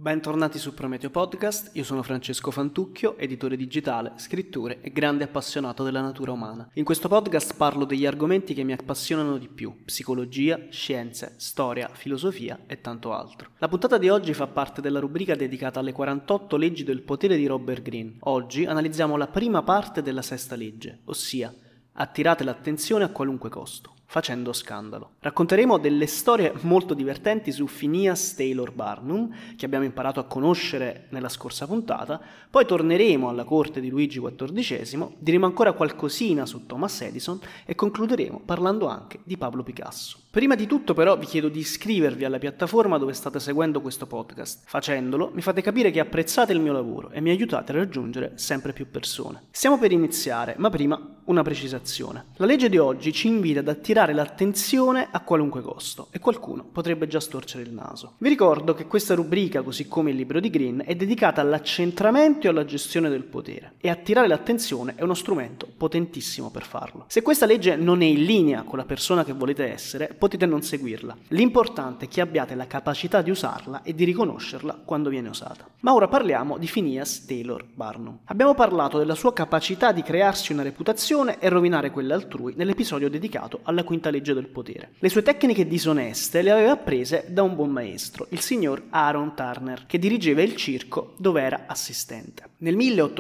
Bentornati su Prometeo Podcast, io sono Francesco Fantucchio, editore digitale, scrittore e grande appassionato della natura umana. In questo podcast parlo degli argomenti che mi appassionano di più: psicologia, scienze, storia, filosofia e tanto altro. La puntata di oggi fa parte della rubrica dedicata alle 48 leggi del potere di Robert Greene. Oggi analizziamo la prima parte della sesta legge, ossia attirate l'attenzione a qualunque costo, facendo scandalo. Racconteremo delle storie molto divertenti su Phineas Taylor Barnum, che abbiamo imparato a conoscere nella scorsa puntata, poi torneremo alla corte di Luigi XIV, diremo ancora qualcosina su Thomas Edison e concluderemo parlando anche di Pablo Picasso. Prima di tutto però vi chiedo di iscrivervi alla piattaforma dove state seguendo questo podcast. Facendolo mi fate capire che apprezzate il mio lavoro e mi aiutate a raggiungere sempre più persone. Stiamo per iniziare, ma prima una precisazione. La legge di oggi ci invita ad attirare l'attenzione a qualunque costo e qualcuno potrebbe già storcere il naso. Vi ricordo che questa rubrica, così come il libro di Greene, è dedicata all'accentramento e alla gestione del potere e attirare l'attenzione è uno strumento potentissimo per farlo. Se questa legge non è in linea con la persona che volete essere, potete non seguirla. L'importante è che abbiate la capacità di usarla e di riconoscerla quando viene usata. Ma ora parliamo di Phineas Taylor Barnum. Abbiamo parlato della sua capacità di crearsi una reputazione e rovinare quella altrui nell'episodio dedicato alla quinta legge del potere. Le sue tecniche disoneste le aveva apprese da un buon maestro, il signor Aaron Turner, che dirigeva il circo dove era assistente. Nel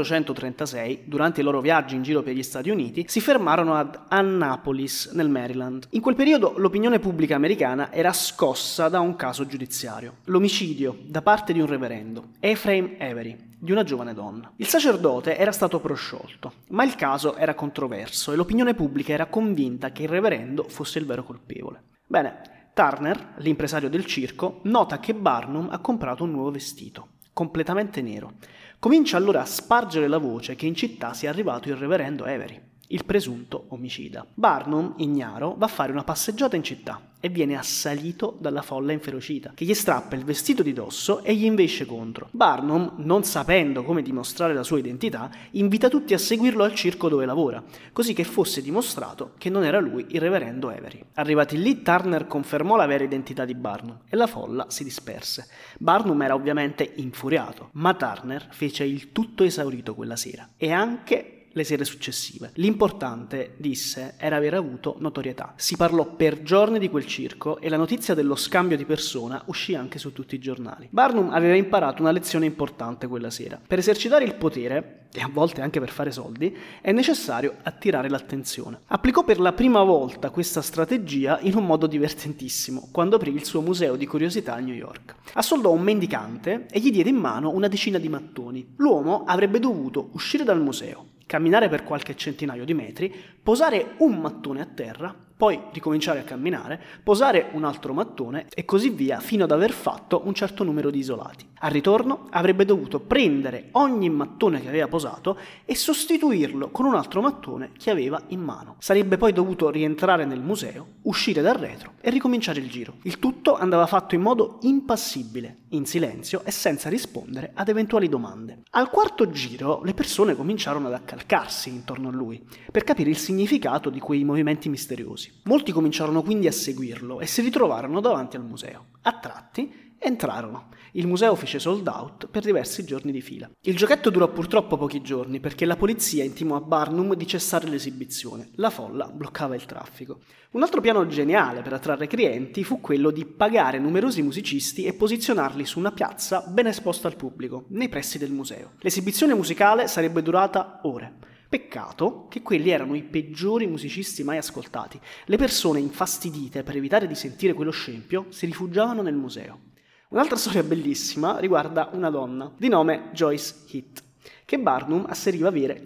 1836, durante i loro viaggi in giro per gli Stati Uniti, si fermarono ad Annapolis, nel Maryland. In quel periodo l'opinione pubblica americana era scossa da un caso giudiziario: l'omicidio da parte di un reverendo, Ephraim Avery, di una giovane donna. Il sacerdote era stato prosciolto, ma il caso era controverso e l'opinione pubblica era convinta che il reverendo fosse il vero colpevole. Bene, Turner, l'impresario del circo, nota che Barnum ha comprato un nuovo vestito, completamente nero. Comincia allora a spargere la voce che in città sia arrivato il reverendo Avery, il presunto omicida. Barnum, ignaro, va a fare una passeggiata in città e viene assalito dalla folla inferocita, che gli strappa il vestito di dosso e gli invesce contro. Barnum, non sapendo come dimostrare la sua identità, invita tutti a seguirlo al circo dove lavora, così che fosse dimostrato che non era lui il reverendo Avery. Arrivati lì, Turner confermò la vera identità di Barnum e la folla si disperse. Barnum era ovviamente infuriato, ma Turner fece il tutto esaurito quella sera e anche le sere successive. L'importante, disse, era aver avuto notorietà. Si parlò per giorni di quel circo e la notizia dello scambio di persona uscì anche su tutti i giornali. Barnum aveva imparato una lezione importante quella sera. Per esercitare il potere, e a volte anche per fare soldi, è necessario attirare l'attenzione. Applicò per la prima volta questa strategia in un modo divertentissimo, quando aprì il suo museo di curiosità a New York. Assoldò un mendicante e gli diede in mano una decina di mattoni. L'uomo avrebbe dovuto uscire dal museo, camminare per qualche centinaio di metri, posare un mattone a terra, poi ricominciare a camminare, posare un altro mattone e così via fino ad aver fatto un certo numero di isolati. Al ritorno avrebbe dovuto prendere ogni mattone che aveva posato e sostituirlo con un altro mattone che aveva in mano. Sarebbe poi dovuto rientrare nel museo, uscire dal retro e ricominciare il giro. Il tutto andava fatto in modo impassibile, in silenzio e senza rispondere ad eventuali domande. Al quarto giro le persone cominciarono ad accalcarsi intorno a lui per capire il significato di quei movimenti misteriosi. Molti cominciarono quindi a seguirlo e si ritrovarono davanti al museo. A tratti entrarono. Il museo fece sold out per diversi giorni di fila. Il giochetto durò purtroppo pochi giorni perché la polizia intimò a Barnum di cessare l'esibizione. La folla bloccava il traffico. Un altro piano geniale per attrarre clienti fu quello di pagare numerosi musicisti e posizionarli su una piazza ben esposta al pubblico, nei pressi del museo. L'esibizione musicale sarebbe durata ore. Peccato che quelli erano i peggiori musicisti mai ascoltati. Le persone, infastidite per evitare di sentire quello scempio, si rifugiavano nel museo. Un'altra storia bellissima riguarda una donna di nome Joyce Heath, che Barnum asseriva avere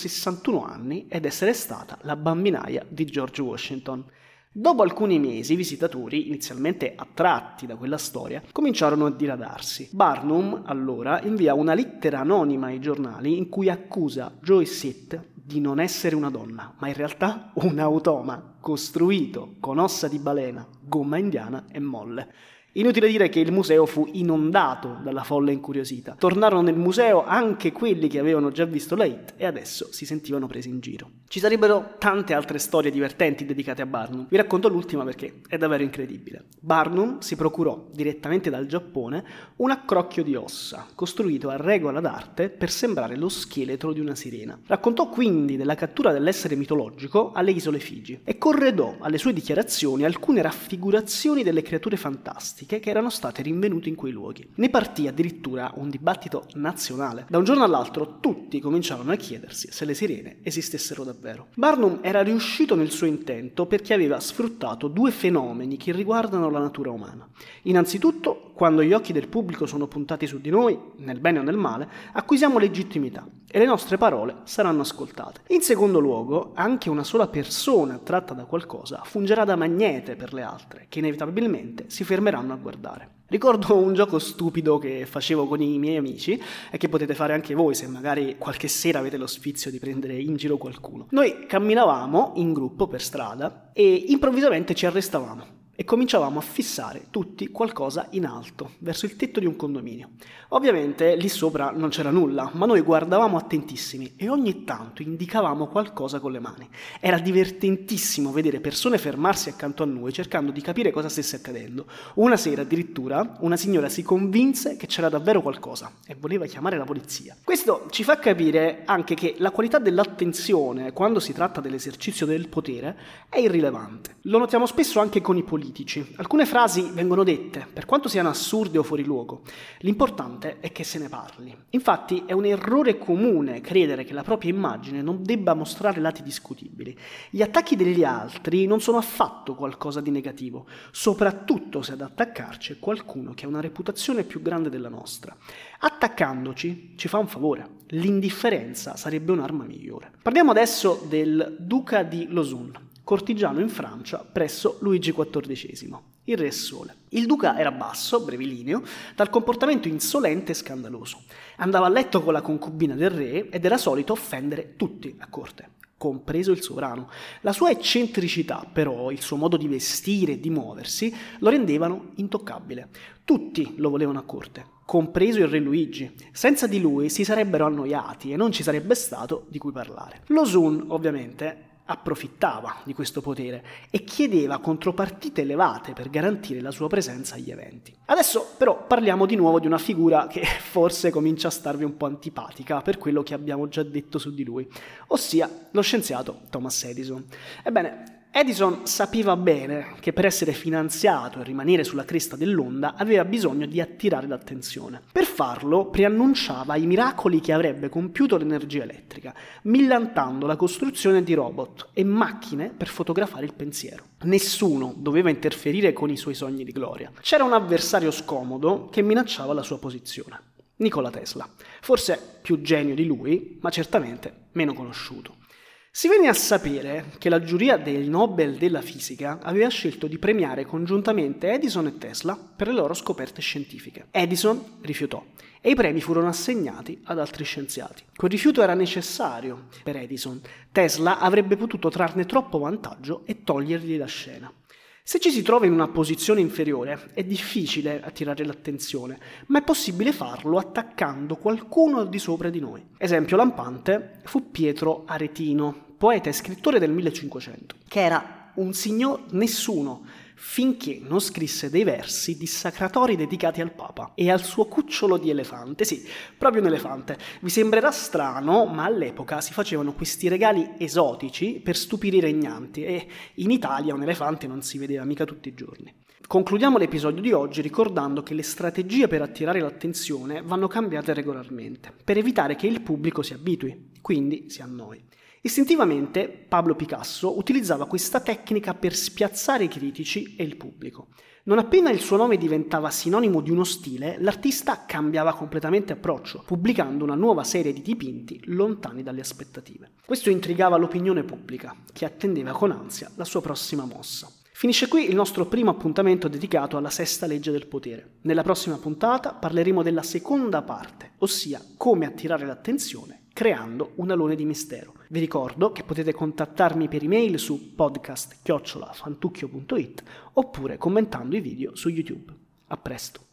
161 anni ed essere stata la bambinaia di George Washington. Dopo alcuni mesi, i visitatori, inizialmente attratti da quella storia, cominciarono a diradarsi. Barnum, allora, invia una lettera anonima ai giornali in cui accusa Joyce Heath di non essere una donna, ma in realtà un automa costruito con ossa di balena, gomma indiana e molle. Inutile dire che il museo fu inondato dalla folla incuriosita. Tornarono nel museo anche quelli che avevano già visto la hit e adesso si sentivano presi in giro. Ci sarebbero tante altre storie divertenti dedicate a Barnum. Vi racconto l'ultima perché è davvero incredibile. Barnum si procurò direttamente dal Giappone un accrocchio di ossa, costruito a regola d'arte per sembrare lo scheletro di una sirena. Raccontò quindi della cattura dell'essere mitologico alle isole Figi e corredò alle sue dichiarazioni alcune raffigurazioni delle creature fantastiche che erano state rinvenute in quei luoghi. Ne partì addirittura un dibattito nazionale. Da un giorno all'altro tutti cominciarono a chiedersi se le sirene esistessero davvero. Barnum era riuscito nel suo intento perché aveva sfruttato due fenomeni che riguardano la natura umana. Innanzitutto, quando gli occhi del pubblico sono puntati su di noi, nel bene o nel male, acquisiamo legittimità e le nostre parole saranno ascoltate. In secondo luogo, anche una sola persona attratta da qualcosa fungerà da magnete per le altre, che inevitabilmente si fermeranno a guardare. Ricordo un gioco stupido che facevo con i miei amici e che potete fare anche voi se magari qualche sera avete lo sfizio di prendere in giro qualcuno. Noi camminavamo in gruppo per strada e improvvisamente ci arrestavamo e cominciavamo a fissare tutti qualcosa in alto, verso il tetto di un condominio. Ovviamente lì sopra non c'era nulla, ma noi guardavamo attentissimi e ogni tanto indicavamo qualcosa con le mani. Era divertentissimo vedere persone fermarsi accanto a noi cercando di capire cosa stesse accadendo. Una sera addirittura una signora si convinse che c'era davvero qualcosa e voleva chiamare la polizia. Questo ci fa capire anche che la qualità dell'attenzione quando si tratta dell'esercizio del potere è irrilevante. Lo notiamo spesso anche con i politici. Alcune frasi vengono dette, per quanto siano assurde o fuori luogo. L'importante è che se ne parli. Infatti è un errore comune credere che la propria immagine non debba mostrare lati discutibili. Gli attacchi degli altri non sono affatto qualcosa di negativo, soprattutto se ad attaccarci è qualcuno che ha una reputazione più grande della nostra. Attaccandoci ci fa un favore. L'indifferenza sarebbe un'arma migliore. Parliamo adesso del duca di Lauzun, cortigiano in Francia presso Luigi XIV, il Re Sole. Il duca era basso, brevilineo, dal comportamento insolente e scandaloso. Andava a letto con la concubina del re ed era solito offendere tutti a corte, compreso il sovrano. La sua eccentricità, però, il suo modo di vestire e di muoversi, lo rendevano intoccabile. Tutti lo volevano a corte, compreso il re Luigi. Senza di lui si sarebbero annoiati e non ci sarebbe stato di cui parlare. Lauzun, ovviamente, approfittava di questo potere e chiedeva contropartite elevate per garantire la sua presenza agli eventi. Adesso però parliamo di nuovo di una figura che forse comincia a starvi un po' antipatica per quello che abbiamo già detto su di lui, ossia lo scienziato Thomas Edison. Ebbene, Edison sapeva bene che per essere finanziato e rimanere sulla cresta dell'onda aveva bisogno di attirare l'attenzione. Per farlo preannunciava i miracoli che avrebbe compiuto l'energia elettrica, millantando la costruzione di robot e macchine per fotografare il pensiero. Nessuno doveva interferire con i suoi sogni di gloria. C'era un avversario scomodo che minacciava la sua posizione: Nikola Tesla, forse più genio di lui, ma certamente meno conosciuto. Si venne a sapere che la giuria del Nobel della fisica aveva scelto di premiare congiuntamente Edison e Tesla per le loro scoperte scientifiche. Edison rifiutò e i premi furono assegnati ad altri scienziati. Quel rifiuto era necessario per Edison. Tesla avrebbe potuto trarne troppo vantaggio e togliergli la scena. Se ci si trova in una posizione inferiore è difficile attirare l'attenzione, ma è possibile farlo attaccando qualcuno al di sopra di noi. Esempio lampante fu Pietro Aretino, poeta e scrittore del 1500, che era un signor nessuno finché non scrisse dei versi dissacratori dedicati al Papa e al suo cucciolo di elefante. Sì, proprio un elefante. Vi sembrerà strano, ma all'epoca si facevano questi regali esotici per stupire i regnanti e in Italia un elefante non si vedeva mica tutti i giorni. Concludiamo l'episodio di oggi ricordando che le strategie per attirare l'attenzione vanno cambiate regolarmente, per evitare che il pubblico si abitui, quindi si annoi. Istintivamente Pablo Picasso utilizzava questa tecnica per spiazzare i critici e il pubblico. Non appena il suo nome diventava sinonimo di uno stile, l'artista cambiava completamente approccio, pubblicando una nuova serie di dipinti lontani dalle aspettative. Questo intrigava l'opinione pubblica, che attendeva con ansia la sua prossima mossa. Finisce qui il nostro primo appuntamento dedicato alla sesta legge del potere. Nella prossima puntata parleremo della seconda parte, ossia come attirare l'attenzione creando un alone di mistero. Vi ricordo che potete contattarmi per email su podcast@fantucchio.it oppure commentando i video su YouTube. A presto.